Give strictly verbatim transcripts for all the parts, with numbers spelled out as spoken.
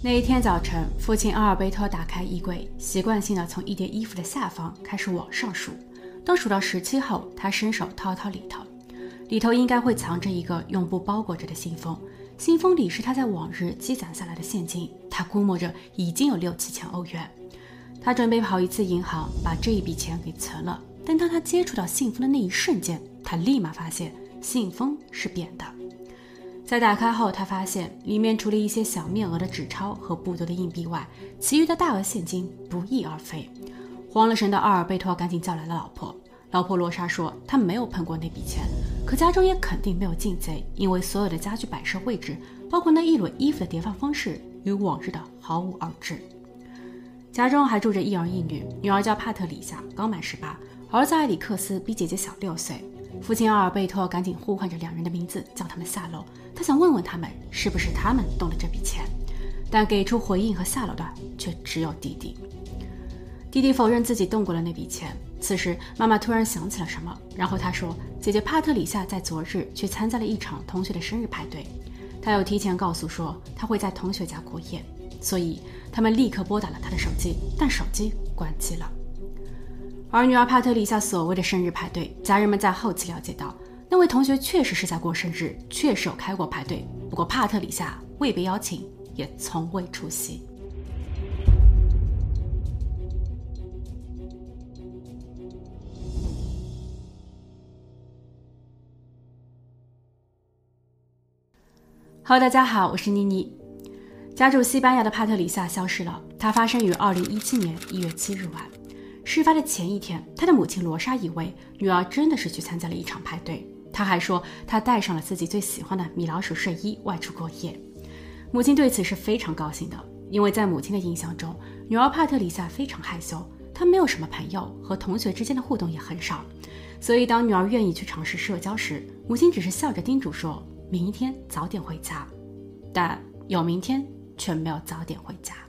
那一天早晨，父亲阿尔贝托打开衣柜，习惯性地从一叠衣服的下方开始往上数。当数到十七后，他伸手掏掏里头，里头应该会藏着一个用布包裹着的信封，信封里是他在往日积攒下来的现金，他估摸着已经有六七千欧元。他准备跑一次银行，把这一笔钱给存了。但当他接触到信封的那一瞬间，他立马发现信封是扁的。在打开后，他发现里面除了一些小面额的纸钞和不多的硬币外，其余的大额现金不翼而飞。慌了神的阿尔贝托赶紧叫来了老婆。老婆罗莎说他没有碰过那笔钱，可家中也肯定没有进贼，因为所有的家具摆设位置，包括那一摞衣服的叠放方式，与往日的毫无二致。家中还住着一儿一女，女儿叫帕特里夏，刚满十八，儿子艾里克斯比姐姐小六岁。父亲阿尔贝托赶紧呼唤着两人的名字，叫他们下楼。他想问问他们是不是他们动了这笔钱，但给出回应和下楼的却只有弟弟。弟弟否认自己动过了那笔钱。此时妈妈突然想起了什么，然后她说姐姐帕特里夏在昨日去参加了一场同学的生日派对，她有提前告诉说她会在同学家过夜，所以他们立刻拨打了她的手机，但手机关机了。而女儿帕特里夏所谓的生日派对，家人们在后期了解到，那位同学确实是在过生日，确实有开过派对，不过帕特里夏未被邀请，也从未出席。Hello， 大家好，我是妮妮。家住西班牙的帕特里夏消失了，她发生于二零一七年一月七日晚。事发的前一天，她的母亲罗莎以为女儿真的是去参加了一场派对，她还说她带上了自己最喜欢的米老鼠睡衣外出过夜。母亲对此是非常高兴的，因为在母亲的印象中，女儿帕特里夏非常害羞，她没有什么朋友，和同学之间的互动也很少，所以当女儿愿意去尝试社交时，母亲只是笑着叮嘱说明天早点回家，但有明天却没有早点回家。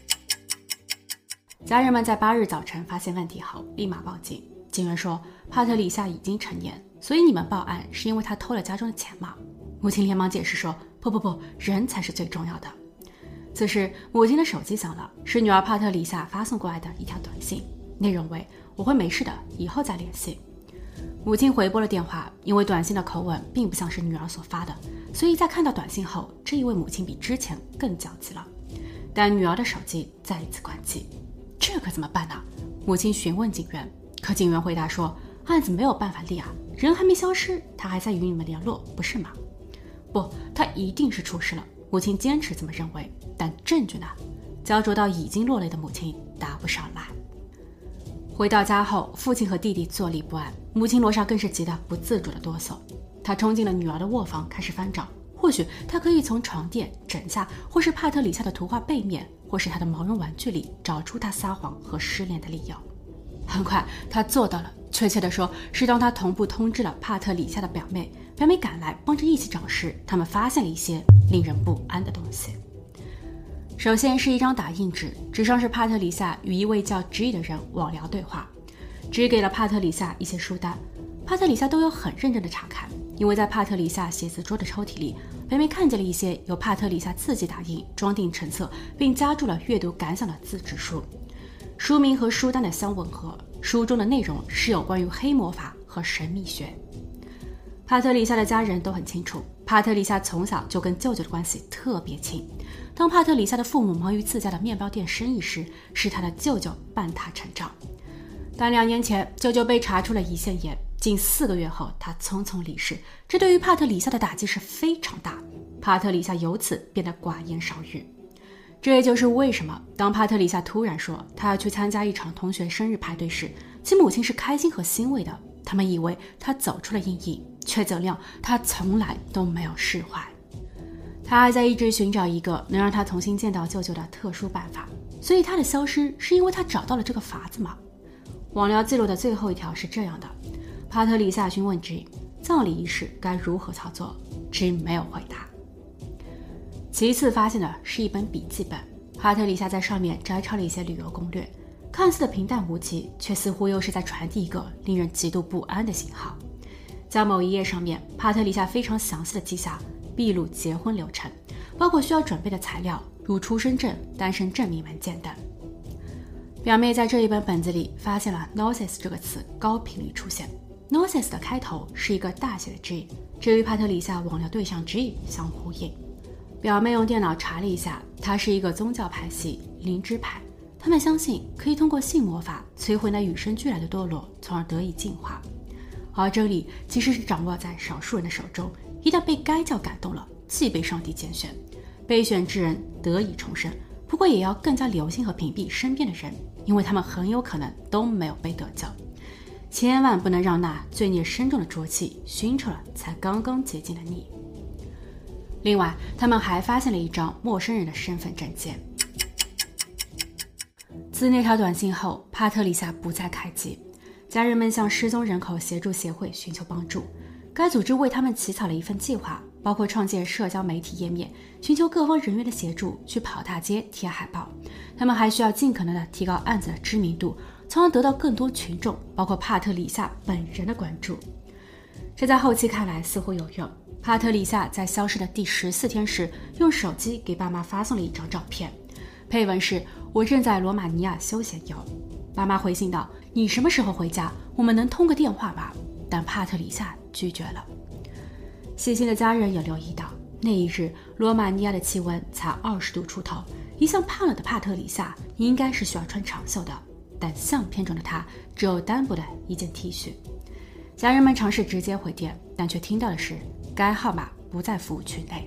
家人们在八日早晨发现问题后立马报警，警员说帕特里夏已经成年，所以你们报案是因为他偷了家中的钱吗？母亲连忙解释说不不不，人才是最重要的。此时母亲的手机响了，是女儿帕特里夏发送过来的一条短信，内容为我会没事的，以后再联系。母亲回拨了电话，因为短信的口吻并不像是女儿所发的，所以在看到短信后，这一位母亲比之前更焦急了。但女儿的手机再一次关机，这可怎么办呢？母亲询问警员，可警员回答说案子没有办法立啊，人还没消失，他还在与你们联络，不是吗？不，他一定是出事了，母亲坚持这么认为，但证据呢？焦灼到已经落泪的母亲答不上来。回到家后，父亲和弟弟坐立不安，母亲罗莎更是急得不自主的哆嗦。她冲进了女儿的卧房，开始翻找，或许她可以从床垫、枕下，或是帕特里夏的图画背面，或是她的毛绒玩具里找出她撒谎和失恋的理由。很快她做到了，确切的说是当她同步通知了帕特里夏的表妹，表妹赶来帮着一起找时，他们发现了一些令人不安的东西。首先是一张打印纸，纸上是帕特里夏与一位叫 G 的人网聊对话。G 给了帕特里夏一些书单，帕特里夏都有很认真的查看，因为在帕特里夏写字桌的抽屉里，北美看见了一些由帕特里夏自己打印、装订成册，并加注了阅读感想的自制书。书名和书单的相吻合，书中的内容是有关于黑魔法和神秘学。帕特里夏的家人都很清楚，帕特里夏从小就跟舅舅的关系特别亲。当帕特里夏的父母忙于自家的面包店生意时，是他的舅舅伴他成长。但两年前，舅舅被查出了胰腺炎，近四个月后，他匆匆离世。这对于帕特里夏的打击是非常大，帕特里夏由此变得寡言少语。这也就是为什么当帕特里夏突然说他要去参加一场同学生日派对时，其母亲是开心和欣慰的。他们以为他走出了阴影，却怎料他从来都没有释怀。他还在一直寻找一个能让他重新见到舅舅的特殊办法，所以他的消失是因为他找到了这个法子吗？网聊记录的最后一条是这样的：帕特里夏询问 G 葬礼仪式该如何操作， G 没有回答。其次发现的是一本笔记本，帕特里夏在上面摘抄了一些旅游攻略，看似的平淡无奇，却似乎又是在传递一个令人极度不安的信号。在某一页上面，帕特里夏非常详细的记下秘鲁结婚流程，包括需要准备的材料， 如出生证、单身证明文件等。表妹在这一本本子里发现了 Gnosis 这个词高频率出现。Gnosis 的开头是一个大写的 G， 这与帕特里夏网聊对象 G 相呼应。表妹用电脑查了一下，它是一个宗教派系灵芝派，他们相信可以通过性魔法摧毁那与生俱来的堕落，从而得以进化。而真理其实是掌握在少数人的手中，一旦被该教感动了，即被上帝拣选，被选之人得以重生。不过也要更加留心和屏蔽身边的人，因为他们很有可能都没有被得救。千万不能让那罪孽深重的浊气熏臭了才刚刚洁净的你。另外，他们还发现了一张陌生人的身份证件。自那条短信后，帕特里夏不再开机，家人们向失踪人口协助协会寻求帮助。该组织为他们起草了一份计划，包括创建社交媒体页面，寻求各方人员的协助去跑大街贴海报。他们还需要尽可能的提高案子的知名度，从而得到更多群众，包括帕特里夏本人的关注。这在后期看来似乎有用。帕特里夏在消失的第十四天时，用手机给爸妈发送了一张照片，配文是：我正在罗马尼亚休闲游。爸妈回信道：你什么时候回家？我们能通个电话吗？但帕特里夏拒绝了。细心的家人也留意到，那一日罗马尼亚的气温才二十度出头，一向胖了的帕特里夏应该是需要穿长袖的，但相片中的他只有单薄的一件 T 恤。家人们尝试直接回电，但却听到的是该号码不在服务区内。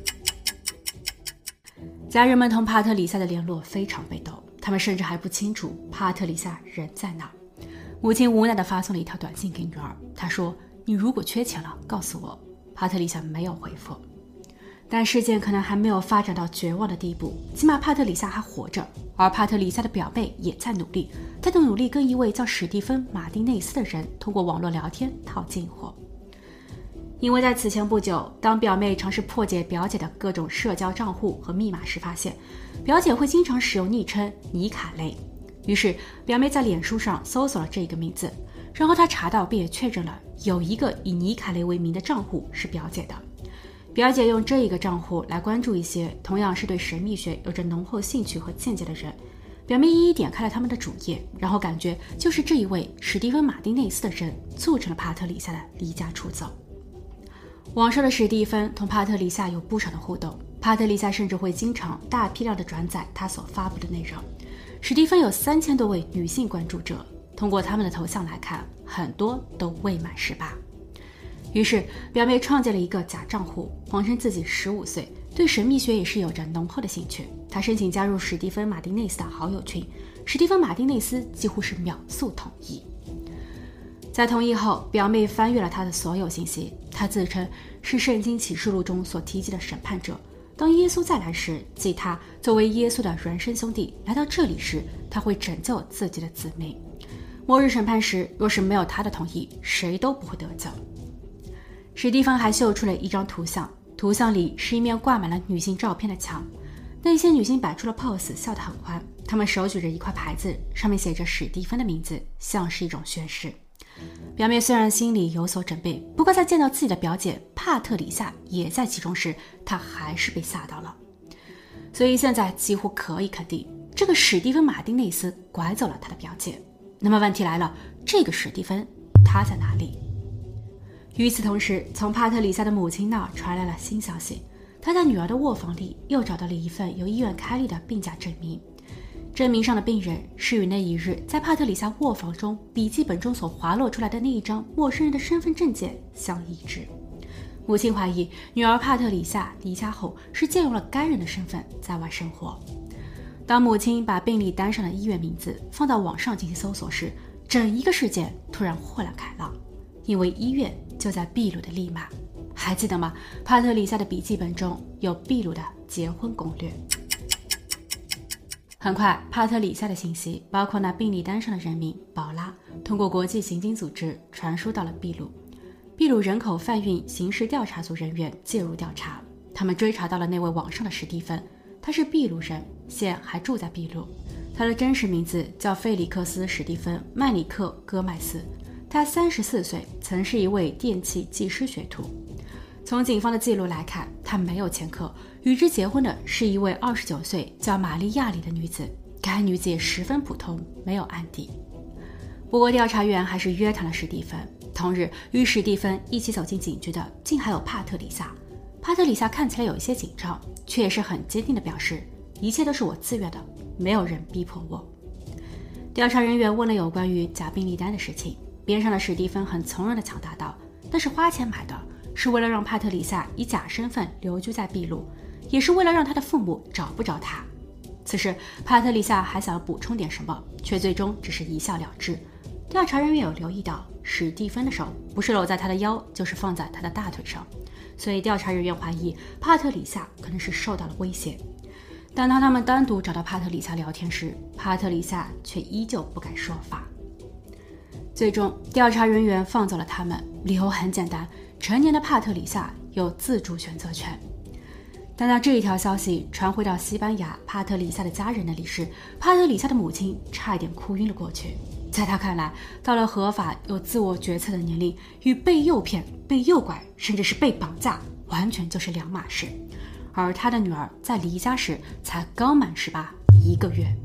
家人们同帕特里夏的联络非常被动，他们甚至还不清楚帕特里夏人在哪。母亲无奈地发送了一条短信给女儿，她说：你如果缺钱了告诉我。帕特里夏没有回复。但事件可能还没有发展到绝望的地步，起码帕特里夏还活着，而帕特里夏的表妹也在努力，她的努力跟一位叫史蒂芬·马丁内斯的人通过网络聊天套近乎。因为在此前不久，当表妹尝试破解表姐的各种社交账户和密码时，发现表姐会经常使用昵称尼卡雷，于是表妹在脸书上搜索了这个名字，然后她查到并也确认了有一个以尼卡雷为名的账户是表姐的。表姐用这一个账户来关注一些同样是对神秘学有着浓厚兴趣和见解的人。表妹一一点开了他们的主页，然后感觉就是这一位史蒂芬·马丁内斯的人促成了帕特里夏的离家出走。网上的史蒂芬同帕特里夏有不少的互动，帕特里夏甚至会经常大批量的转载他所发布的内容。史蒂芬有三千多位女性关注者，通过他们的头像来看，很多都未满十八。于是表妹创建了一个假账户，谎称自己十五岁，对神秘学也是有着浓厚的兴趣。她申请加入史蒂芬·马丁内斯的好友群，史蒂芬·马丁内斯几乎是秒速同意。在同意后，表妹翻阅了他的所有信息，他自称是圣经启示录中所提及的审判者。当耶稣再来时，即他作为耶稣的孪生兄弟来到这里时，他会拯救自己的子民。末日审判时，若是没有他的同意，谁都不会得救。史蒂芬还秀出了一张图像，图像里是一面挂满了女性照片的墙，那些女性摆出了 pose， 笑得很欢，她们手举着一块牌子，上面写着史蒂芬的名字，像是一种宣誓。表妹虽然心里有所准备，不过在见到自己的表姐帕特里夏也在其中时，她还是被吓到了。所以现在几乎可以肯定，这个史蒂芬·马丁内斯拐走了他的表姐。那么问题来了，这个史蒂芬他在哪里？与此同时，从帕特里夏的母亲那儿传来了新消息，她在女儿的卧房里又找到了一份由医院开立的病假证明，证明上的病人是与那一日在帕特里夏卧房中笔记本中所滑落出来的那一张陌生人的身份证件相一致。母亲怀疑女儿帕特里夏离家后是借用了该人的身份在外生活。当母亲把病历单上的医院名字放到网上进行搜索时，整一个事件突然豁然开朗，因为医院就在秘鲁的利马。还记得吗？帕特里夏的笔记本中有秘鲁的结婚攻略。很快，帕特里夏的信息，包括那病历单上的人名宝拉，通过国际刑警组织传输到了秘鲁。秘鲁人口贩运刑事调查组人员介入调查，他们追查到了那位网上的史蒂芬，他是秘鲁人，现还住在秘鲁。他的真实名字叫费里克斯·史蒂芬·麦里克·戈麦斯，他三十四岁，曾是一位电气技师学徒。 从警方的记录来看，他没有前科，与之结婚的是一位二十九岁叫玛丽亚里的女子，该女子也十分普通，没有案底。不过调查员还是约谈了史蒂芬。同日与史蒂芬一起走进警局的竟还有帕特里萨。帕特里萨看起来有一些紧张，却也是很坚定地表示，一切都是我自愿的，没有人逼迫我。调查人员问了有关于假病历单的事情，边上的史蒂芬很从容地抢答道，那是花钱买的，是为了让帕特里萨以假身份留居在秘鲁，也是为了让他的父母找不着他。此时帕特里萨还想要补充点什么，却最终只是一笑了之。调查人员有留意到史蒂芬的手不是搂在他的腰，就是放在他的大腿上，所以调查人员怀疑帕特里萨可能是受到了威胁。但当他们单独找到帕特里萨聊天时，帕特里萨却依旧不敢说话。最终调查人员放走了他们，理由很简单，成年的帕特里萨有自主选择权。但当这一条消息传回到西班牙帕特里萨的家人那里时，帕特里萨的母亲差一点哭晕了过去。在他看来，到了合法有自我决策的年龄，与被诱骗、被诱拐，甚至是被绑架，完全就是两码事。而他的女儿在离家时才刚满十八，一个月。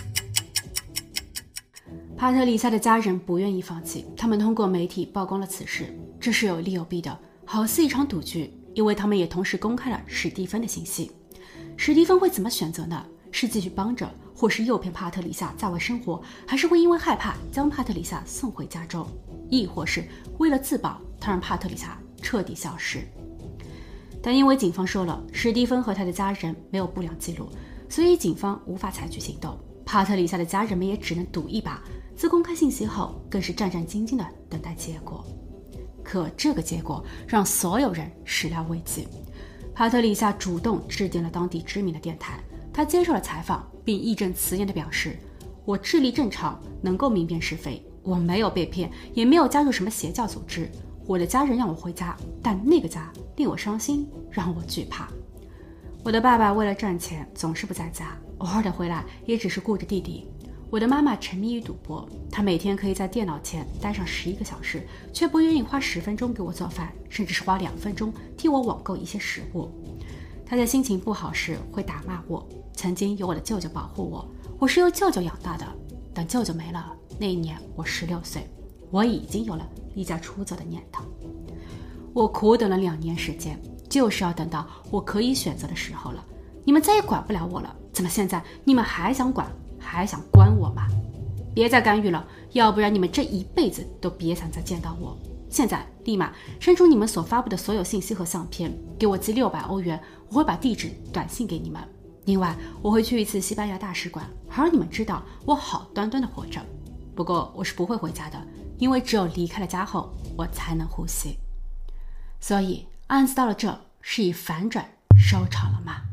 帕特里萨的家人不愿意放弃，他们通过媒体曝光了此事，这是有利有弊的，好似一场赌局，因为他们也同时公开了史蒂芬的信息。史蒂芬会怎么选择呢？是继续帮着，或是诱骗帕特里萨在外生活，还是会因为害怕将帕特里萨送回加州，亦或是为了自保，他让帕特里萨彻底消失。但因为警方说了史蒂芬和他的家人没有不良记录，所以警方无法采取行动，帕特里萨的家人们也只能赌一把。自公开信息后，更是战战兢兢地等待结果。可这个结果让所有人始料未及。帕特里萨主动致电了当地知名的电台，他接受了采访，并义正辞严地表示，我智力正常，能够明辨是非，我没有被骗，也没有加入什么邪教组织。我的家人让我回家，但那个家令我伤心，让我惧怕。我的爸爸为了赚钱总是不在家，偶尔的回来也只是顾着弟弟。我的妈妈沉迷于赌博，她每天可以在电脑前待上十一个小时，却不愿意花十分钟给我做饭，甚至是花两分钟替我网购一些食物。她在心情不好时会打骂我。曾经有我的舅舅保护我，我是由舅舅养大的。等舅舅没了，那一年我十六岁，我已经有了离家出走的念头。我苦等了两年时间，就是要等到我可以选择的时候了。你们再也管不了我了，怎么现在你们还想管？还想关我吗？别再干预了，要不然你们这一辈子都别想再见到我。现在立马删除你们所发布的所有信息和相片，给我寄六百欧元，我会把地址短信给你们。另外我会去一次西班牙大使馆，好让你们知道我好端端的活着。不过我是不会回家的，因为只有离开了家后我才能呼吸。所以案子到了这是以反转收场了吗？